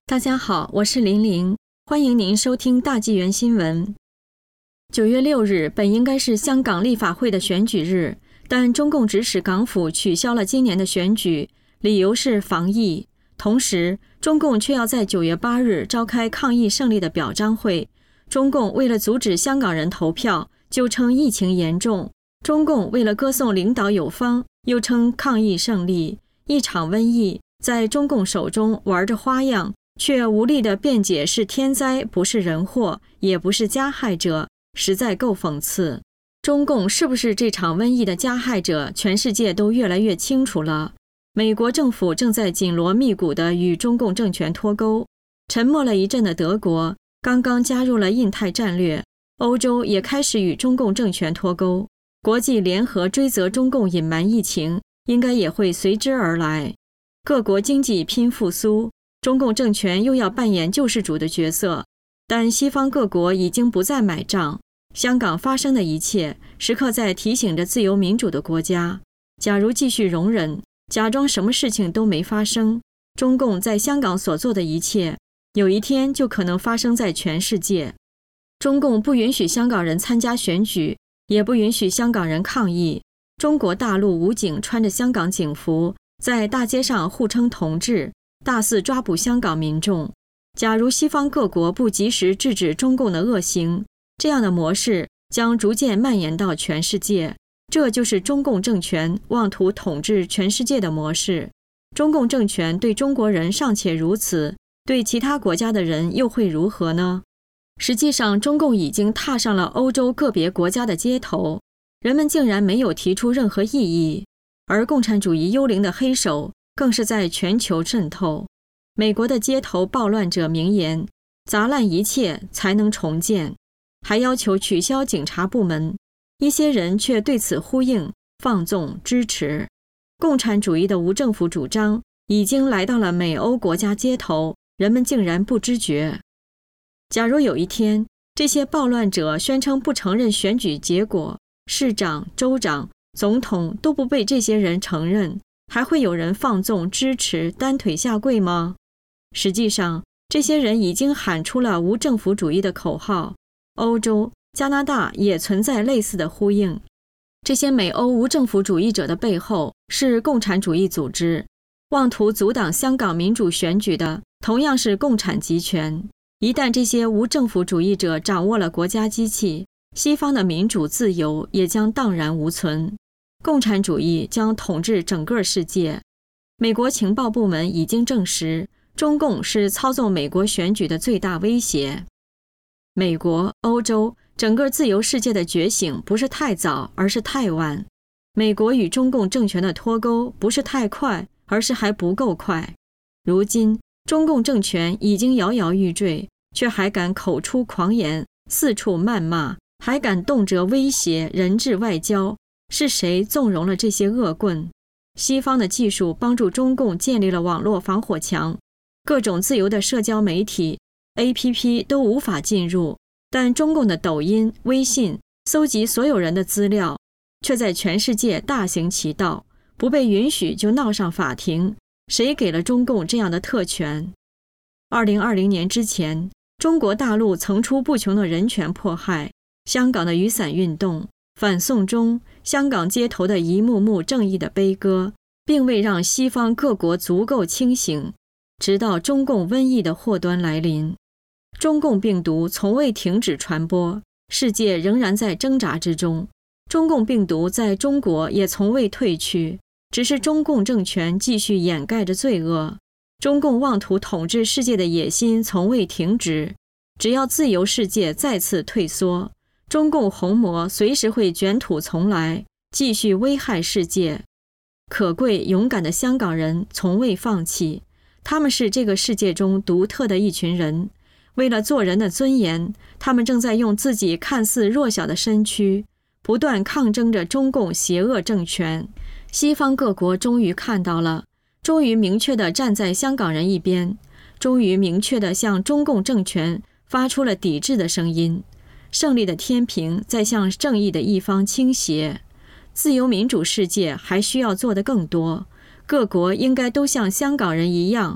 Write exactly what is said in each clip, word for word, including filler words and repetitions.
大家好，我是玲玲，欢迎您收听大纪元新闻。九月六日本应该是香港立法会的选举日，但中共指使港府取消了今年的选举，理由是防疫。同时，中共却要在九月八日召开抗疫胜利的表彰会。中共为了阻止香港人投票，就称疫情严重；中共为了歌颂领导有方，又称抗疫胜利。一场瘟疫在中共手中玩着花样，却无力地辩解是天灾，不是人祸，也不是加害者，实在够讽刺。中共是不是这场瘟疫的加害者，全世界都越来越清楚了。美国政府正在紧锣密鼓地与中共政权脱钩，沉默了一阵的德国刚刚加入了印太战略，欧洲也开始与中共政权脱钩，国际联合追责中共隐瞒疫情，应该也会随之而来。各国经济拼复苏，中共政权又要扮演救世主的角色，但西方各国已经不再买账。香港发生的一切，时刻在提醒着自由民主的国家，假如继续容忍，假装什么事情都没发生，中共在香港所做的一切，有一天就可能发生在全世界。中共不允许香港人参加选举，也不允许香港人抗议。中国大陆武警穿着香港警服，在大街上互称同志，大肆抓捕香港民众。假如西方各国不及时制止中共的恶行，这样的模式将逐渐蔓延到全世界。这就是中共政权妄图统治全世界的模式。中共政权对中国人尚且如此，对其他国家的人又会如何呢？实际上，中共已经踏上了欧洲个别国家的街头，人们竟然没有提出任何异议，而共产主义幽灵的黑手更是在全球渗透。美国的街头暴乱者明言，砸烂一切才能重建，还要求取消警察部门，一些人却对此呼应、放纵、支持。共产主义的无政府主张已经来到了美欧国家街头，人们竟然不知觉。假如有一天，这些暴乱者宣称不承认选举结果，市长、州长、总统都不被这些人承认，还会有人放纵、支持、单腿下跪吗？实际上，这些人已经喊出了无政府主义的口号。欧洲、加拿大也存在类似的呼应。这些美欧无政府主义者的背后是共产主义组织，妄图阻挡香港民主选举的同样是共产集权。一旦这些无政府主义者掌握了国家机器，西方的民主自由也将荡然无存，共产主义将统治整个世界。美国情报部门已经证实，中共是操纵美国选举的最大威胁。美国、欧洲整个自由世界的觉醒不是太早，而是太晚。美国与中共政权的脱钩不是太快，而是还不够快。如今，中共政权已经摇摇欲坠，却还敢口出狂言，四处谩骂，还敢动辄威胁人质外交。是谁纵容了这些恶棍？西方的技术帮助中共建立了网络防火墙，各种自由的社交媒体 A P P 都无法进入，但中共的抖音、微信搜集所有人的资料，却在全世界大行其道，不被允许就闹上法庭。谁给了中共这样的特权？二零二零年之前，中国大陆层出不穷的人权迫害，香港的雨伞运动、反送中，香港街头的一幕幕正义的悲歌，并未让西方各国足够清醒。直到中共瘟疫的祸端来临，中共病毒从未停止传播，世界仍然在挣扎之中。中共病毒在中国也从未退去，只是中共政权继续掩盖着罪恶。中共妄图统治世界的野心从未停止，只要自由世界再次退缩，中共红魔随时会卷土重来，继续危害世界。可贵勇敢的香港人从未放弃，他们是这个世界中独特的一群人。为了做人的尊严，他们正在用自己看似弱小的身躯，不断抗争着中共邪恶政权。西方各国终于看到了，终于明确地站在香港人一边，终于明确地向中共政权发出了抵制的声音。胜利的天平在向正义的一方倾斜。自由民主世界还需要做得更多，各国应该都像香港人一样，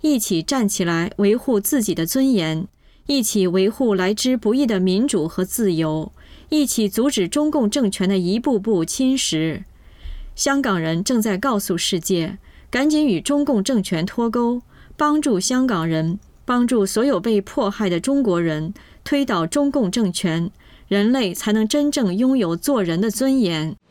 一起站起来维护自己的尊严，一起维护来之不易的民主和自由，一起阻止中共政权的一步步侵蚀。香港人正在告诉世界，赶紧与中共政权脱钩，帮助香港人，帮助所有被迫害的中国人，推倒中共政权，人类才能真正拥有做人的尊严。